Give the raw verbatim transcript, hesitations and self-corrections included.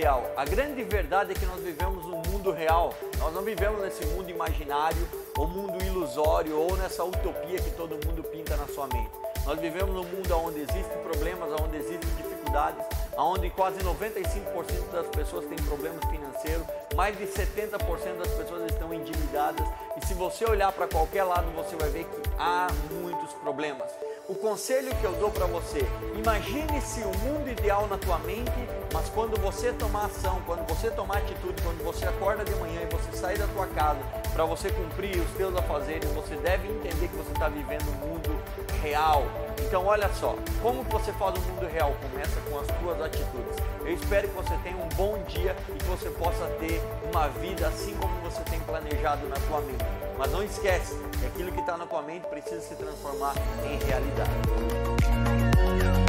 ideal. A grande verdade é que nós vivemos um mundo real. Nós não vivemos nesse mundo imaginário, ou mundo ilusório, ou nessa utopia que todo mundo pinta na sua mente. Nós vivemos num mundo onde existem problemas, onde existem dificuldades, onde quase noventa e cinco por cento das pessoas têm problemas financeiros, mais de setenta por cento das pessoas estão endividadas, e se você olhar para qualquer lado, você vai ver que há muitos problemas. O conselho que eu dou para você, imagine-se o mundo ideal na tua mente, mas quando você tomar ação, quando você tomar atitude, quando você acorda de manhã e você sair da tua casa para você cumprir os teus afazeres, você deve entender que você está vivendo um mundo real. Então olha só, como você faz o mundo real? Começa com as tuas atitudes. Eu espero que você tenha um bom dia e que você possa ter uma vida assim como você tem planejado na tua mente. Mas não esquece que aquilo que está na tua mente precisa se transformar em realidade.